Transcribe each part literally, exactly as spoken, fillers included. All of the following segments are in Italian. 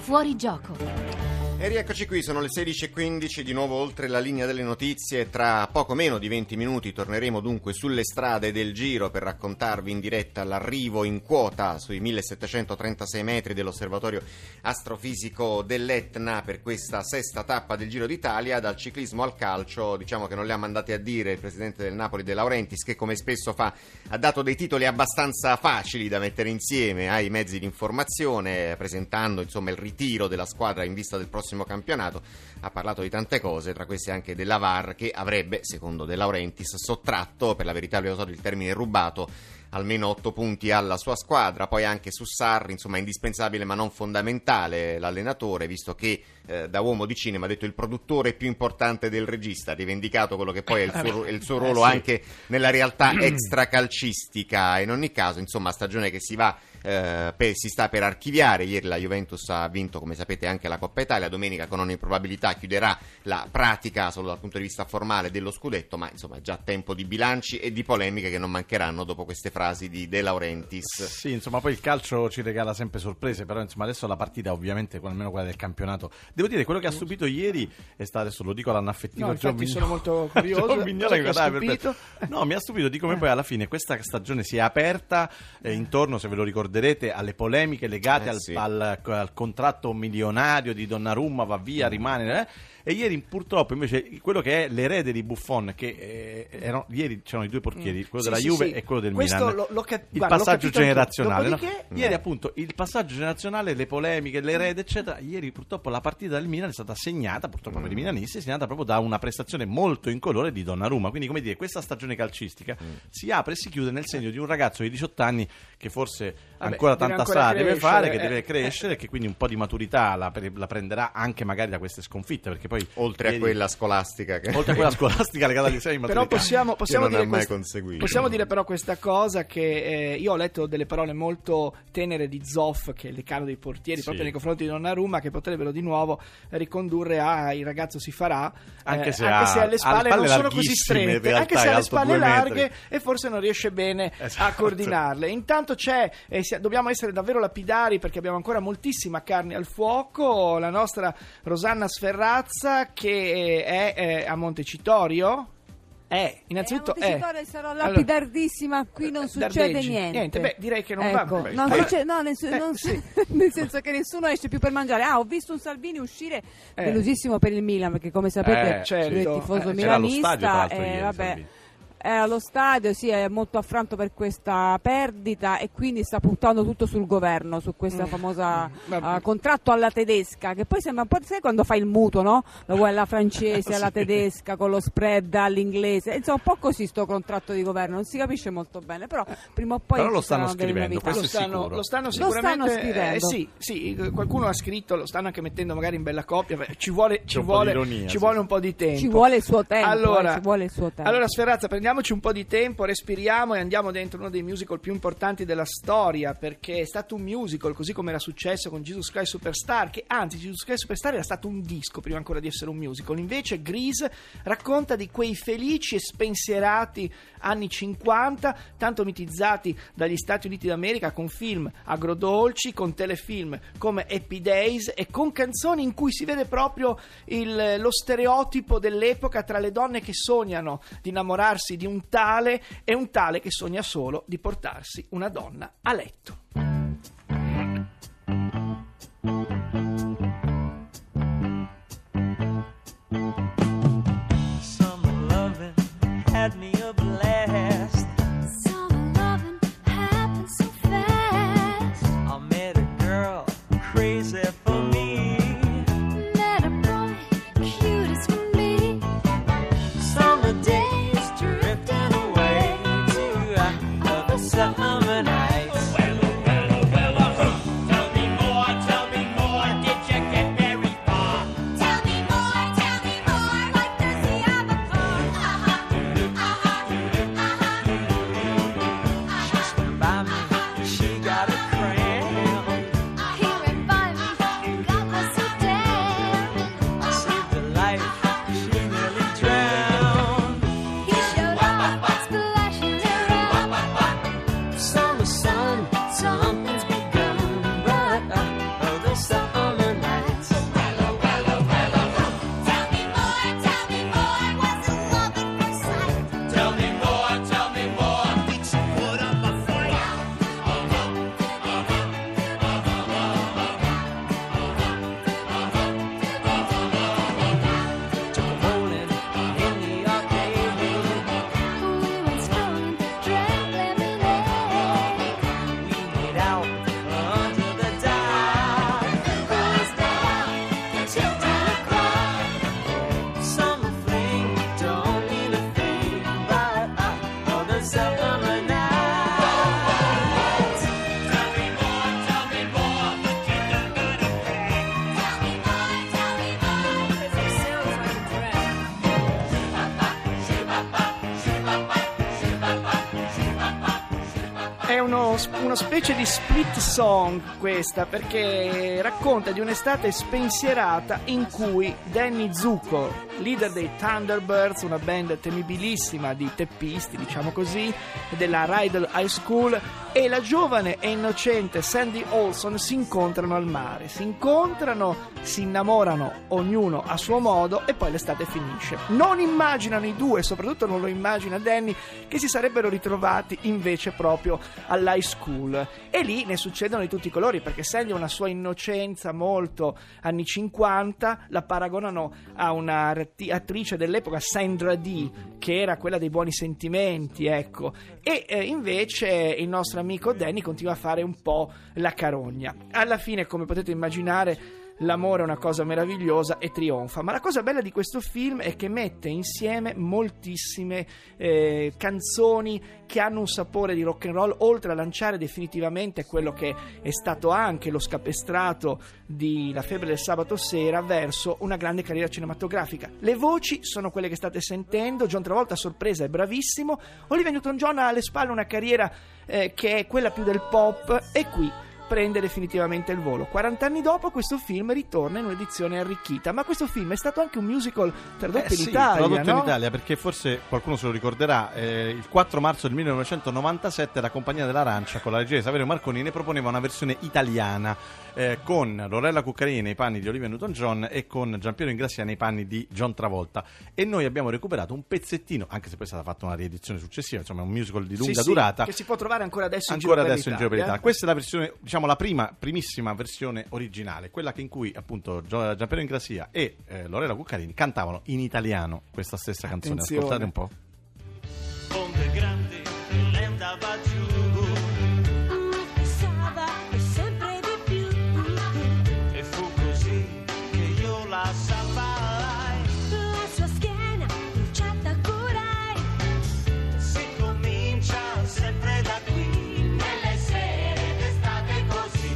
Fuori gioco. E rieccoci qui, sono le sedici e quindici, di nuovo oltre la linea delle notizie. Tra poco meno di venti minuti torneremo dunque sulle strade del Giro per raccontarvi in diretta l'arrivo in quota sui millesettecentotrentasei metri dell'osservatorio astrofisico dell'Etna per questa sesta tappa del Giro d'Italia. Dal ciclismo al calcio, diciamo che non le ha mandate a dire il presidente del Napoli De Laurentiis, che come spesso fa ha dato dei titoli abbastanza facili da mettere insieme ai mezzi di informazione, presentando insomma il ritiro della squadra in vista del prossimo campionato. Ha parlato di tante cose, tra queste anche della V A R, che avrebbe, secondo De Laurentiis, sottratto, per la verità lui ha usato il termine rubato, almeno otto punti alla sua squadra. Poi anche su Sarri, insomma, indispensabile ma non fondamentale l'allenatore, visto che eh, da uomo di cinema ha detto il produttore più importante del regista, ha rivendicato quello che poi è il suo, il suo ruolo eh, sì. anche nella realtà extracalcistica. In ogni caso, insomma, stagione che si va Eh, per, si sta per archiviare. Ieri la Juventus ha vinto, come sapete, anche la Coppa Italia. Domenica con ogni probabilità chiuderà la pratica solo dal punto di vista formale dello scudetto, ma insomma è già tempo di bilanci e di polemiche che non mancheranno dopo queste frasi di De Laurentiis. Sì, insomma, poi il calcio ci regala sempre sorprese, però insomma adesso la partita, ovviamente, almeno quella del campionato, devo dire, quello che ha stupito ieri è stato, adesso lo dico all'anno affettivo, no, infatti sono molto curioso. Vignola, che ha stupito? No, mi ha stupito di come poi alla fine questa stagione si è aperta eh, intorno, se ve lo ricordate, alle polemiche legate eh, al, sì. al, al contratto milionario di Donnarumma, va via, mm. rimane... Eh? E ieri purtroppo invece quello che è l'erede di Buffon, che eh, erano, ieri c'erano i due portieri, quello sì, della sì, Juve sì. e quello del Questo Milan, lo, lo cap- il guarda, passaggio generazionale, no? Dopodiché... Ieri appunto il passaggio generazionale, le polemiche, l'erede eccetera. Ieri purtroppo la partita del Milan è stata segnata, purtroppo mm. per i milanisti, è segnata proprio da una prestazione molto incolore di Donnarumma. Quindi, come dire, questa stagione calcistica mm. si apre e si chiude nel segno di un ragazzo di diciotto anni che forse Vabbè, ancora deve tanta ancora strada crescere, deve fare, che eh, deve crescere, eh. e che quindi un po' di maturità la, la prenderà anche magari da queste sconfitte, perché poi oltre ieri, a quella scolastica che... oltre a quella scolastica legata agli esami, però possiamo, possiamo non dire ha mai questa, conseguito. possiamo dire però questa cosa, che eh, io ho letto delle parole molto tenere di Zoff, che è il decano dei portieri, sì. proprio nei confronti di Donnarumma, che potrebbero di nuovo ricondurre a il ragazzo si farà, anche, eh, se, anche ha, se alle spalle, spalle non sono così strette, realtà, anche se ha le spalle larghe metri. e forse non riesce bene esatto. a coordinarle. Intanto c'è eh, dobbiamo essere davvero lapidari, perché abbiamo ancora moltissima carne al fuoco. La nostra Rosanna Sferrazza, che è eh, a Montecitorio. Eh, innanzitutto eh, eh. sarò lapidardissima, allora, qui non succede Dardeggi. niente. niente. Beh, direi che non ecco, va. non eh. succede, no, nel, eh, non, sì. nel senso che nessuno esce più per mangiare. Ah, ho visto un Salvini uscire eh. delusissimo per il Milan, perché come sapete eh, certo. lui è tifoso eh, milanista. Eh, eh, vabbè. Salvini. È allo stadio, sì, è molto affranto per questa perdita e quindi sta puntando tutto sul governo, su questa mm. famosa mm. uh, contratto alla tedesca, che poi sembra un po', sai quando fai il mutuo, no? Lo vuoi alla francese, alla tedesca, con lo spread all'inglese, insomma un po' così sto contratto di governo, non si capisce molto bene, però prima o poi però lo ci stanno saranno delle scrivendo, novità. questo è Lo stanno, sicuro. lo stanno Lo sicuramente stanno scrivendo. Eh, sì, sì, qualcuno ha scritto, lo stanno anche mettendo magari in bella coppia, ci vuole, ci un vuole, ironia, ci sì. vuole un po' di tempo. Ci vuole il suo tempo, allora, eh, ci vuole il suo tempo. Allora Sferrazza, prendiamoci un po' di tempo, respiriamo e andiamo dentro uno dei musical più importanti della storia, perché è stato un musical, così come era successo con Jesus Christ Superstar, che anzi Jesus Christ Superstar era stato un disco prima ancora di essere un musical. Invece Grease racconta di quei felici e spensierati anni cinquanta, tanto mitizzati dagli Stati Uniti d'America, con film agrodolci, con telefilm come Happy Days e con canzoni in cui si vede proprio il, lo stereotipo dell'epoca tra le donne che sognano di innamorarsi di un tale e un tale che sogna solo di portarsi una donna a letto. Summer loving had me a blast. Summer loving happened so fast. I met a girl crazy for me. Met a boy cute as can be. Summer days drifting away to other summer nights. una specie di split song questa, perché racconta di un'estate spensierata in cui Danny Zuko, leader dei Thunderbirds, una band temibilissima di teppisti, diciamo così, della Rydell High School, e la giovane e innocente Sandy Olson si incontrano al mare, si incontrano, si innamorano ognuno a suo modo e poi l'estate finisce. Non immaginano i due, soprattutto non lo immagina Danny, che si sarebbero ritrovati invece proprio all'high school, e lì ne succedono di tutti i colori, perché Sandy ha una sua innocenza molto anni cinquanta, la paragonano a una attrice dell'epoca, Sandra Dee, che era quella dei buoni sentimenti, ecco, e eh, invece il nostro amico Danny continua a fare un po' la carogna. Alla fine, come potete immaginare, l'amore è una cosa meravigliosa e trionfa, ma la cosa bella di questo film è che mette insieme moltissime eh, canzoni che hanno un sapore di rock and roll, oltre a lanciare definitivamente quello che è stato anche lo scapestrato di La febbre del sabato sera verso una grande carriera cinematografica. Le voci sono quelle che state sentendo. John Travolta a sorpresa è bravissimo, Olivia Newton-John ha alle spalle una carriera eh, che è quella più del pop, e qui prende definitivamente il volo. quaranta anni dopo questo film ritorna in un'edizione arricchita, ma questo film è stato anche un musical tradotto eh in sì, Italia, tradotto no? in Italia, perché forse qualcuno se lo ricorderà, eh, il quattro marzo del millenovecentonovantasette la Compagnia dell'Arancia con la regia di Saverio Marconi ne proponeva una versione italiana eh, con Lorella Cuccarini nei panni di Olivia Newton-John e con Giampiero Ingrassia nei panni di John Travolta, e noi abbiamo recuperato un pezzettino, anche se poi è stata fatta una riedizione successiva, insomma è un musical di lunga sì, durata, sì, che si può trovare ancora adesso in ancora giro adesso per in giro per l'Italia. l'Italia. Questa è la versione, diciamo la prima, primissima versione originale, quella che in cui appunto Gio- Giampiero Ingrassia e eh, Lorella Cuccarini cantavano in italiano questa stessa canzone. Attenzione. Ascoltate un po'. Ponte grande che lenta va giù, Ma pesava e sempre di più. e fu così che io la salvai. La sua schiena bruciata curai. Si comincia sempre da qui, nelle sere d'estate così.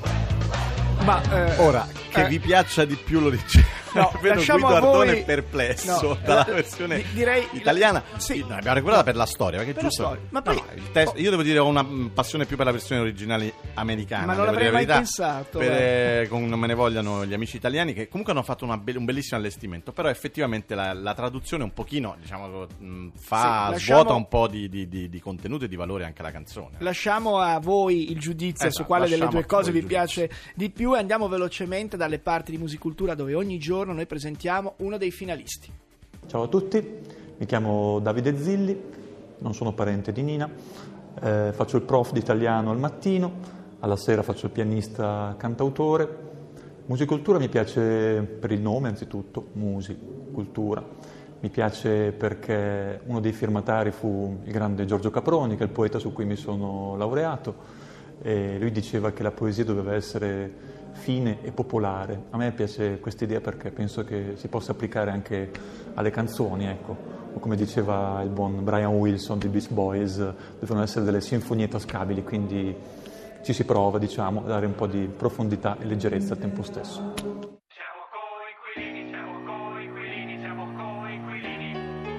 Ma eh, Ora, che eh, vi piaccia di più l'originale, no, vedo lasciamo Guido a voi- Ardone perplesso No, dalla eh, versione di- direi- italiana. sì. Sì, no, abbiamo recuperata per la storia, perché Per è giusto. la storia. Ma No, poi- no, il testo- io devo dire ho una mh, passione più per la versione originale americana. Ma non devo dire l'avrei la mai verità, pensato, per, eh. eh, con non me ne vogliano gli amici italiani, che comunque hanno fatto una be- un bellissimo allestimento, però effettivamente la, la traduzione un pochino, diciamo, mh, fa Sì, lasciamo- svuota un po' di, di, di, di contenuto e di valore anche alla canzone. lasciamo a voi il giudizio Esatto, su quale delle lasciamo due a voi cose il vi piace di più, e andiamo velocemente dalle parti di Musicultura, dove ogni giorno noi presentiamo uno dei finalisti. Ciao a tutti, mi chiamo Davide Zilli, non sono parente di Nina, eh, faccio il prof di italiano al mattino, alla sera faccio il pianista cantautore. Musicultura mi piace per il nome anzitutto, Musicultura. Mi piace perché uno dei firmatari fu il grande Giorgio Caproni, che è il poeta su cui mi sono laureato, e lui diceva che la poesia doveva essere fine e popolare. A me piace questa idea perché penso che si possa applicare anche alle canzoni, ecco. O come diceva il buon Brian Wilson di Beach Boys, devono essere delle sinfonie tascabili, quindi ci si prova, diciamo, a dare un po' di profondità e leggerezza al tempo stesso. Siamo coinquilini, siamo coinquilini, siamo coinquilini.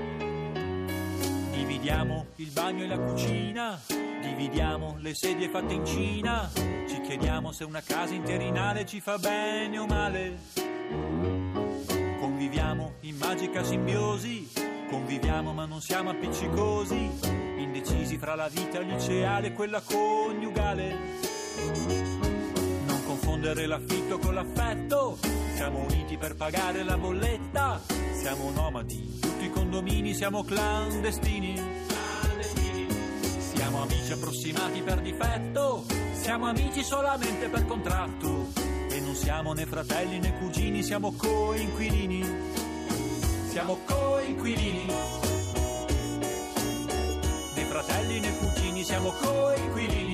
Dividiamo il bagno e la cucina, dividiamo le sedie fatte in Cina, ci chiediamo se una casa interinale ci fa bene o male. Conviviamo in magica simbiosi, conviviamo ma non siamo appiccicosi, indecisi fra la vita liceale e quella coniugale. Non confondere l'affitto con l'affetto, siamo uniti per pagare la bolletta, siamo nomadi, tutti i condomini siamo clandestini. Siamo amici approssimati per difetto, siamo amici solamente per contratto, e non siamo né fratelli né cugini, siamo coinquilini. Siamo coinquilini, né fratelli né cugini, siamo coinquilini.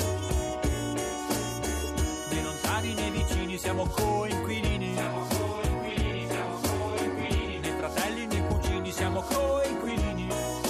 Né lontani né vicini, siamo coinquilini. Siamo coinquilini, siamo coinquilini. Né fratelli né cugini, siamo coinquilini.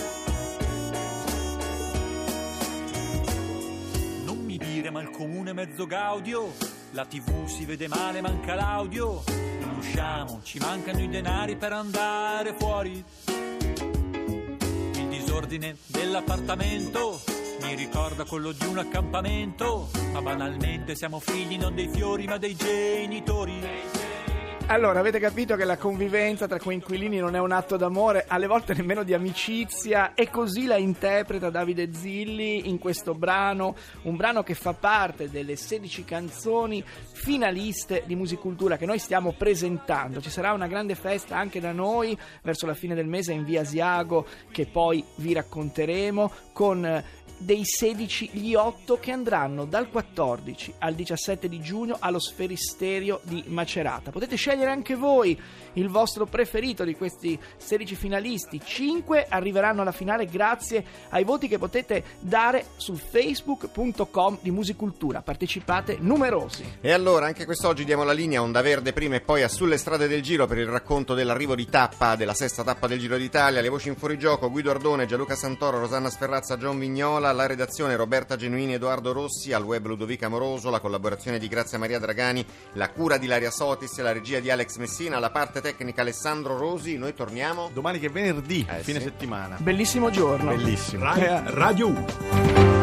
Non mi dire ma il comune mezzo gaudio, la tivù si vede male, manca l'audio, non usciamo, ci mancano i denari per andare fuori. Il disordine dell'appartamento Mi ricorda quello di un accampamento, ma banalmente siamo figli non dei fiori ma dei genitori. Allora, avete capito che la convivenza tra coinquilini non è un atto d'amore, alle volte nemmeno di amicizia, e così la interpreta Davide Zilli in questo brano, un brano che fa parte delle sedici canzoni finaliste di Musicultura che noi stiamo presentando. Ci sarà una grande festa anche da noi verso la fine del mese in via Asiago, che poi vi racconteremo, con dei sedici gli otto che andranno dal quattordici al diciassette di giugno allo Sferisterio di Macerata. Potete scegliere anche voi il vostro preferito di questi sedici finalisti. cinque arriveranno alla finale grazie ai voti che potete dare su facebook punto com di Musicultura. Partecipate numerosi. E allora anche quest'oggi diamo la linea a Onda Verde prima e poi a Sulle Strade del Giro per il racconto dell'arrivo di tappa della sesta tappa del Giro d'Italia. Le voci in fuorigioco: Guido Ardone, Gianluca Santoro, Rosanna Sferrazza, John Vignola. La redazione Roberta Genuini, Edoardo Rossi, al web Ludovica Moroso, la collaborazione di Grazia Maria Dragani, la cura di Ilaria Sotis, la regia di Alex Messina, la parte tecnica Alessandro Rosi. Noi torniamo Domani che è venerdì, Eh, fine sì. settimana. Bellissimo giorno. Bellissimo. Rai Radio uno.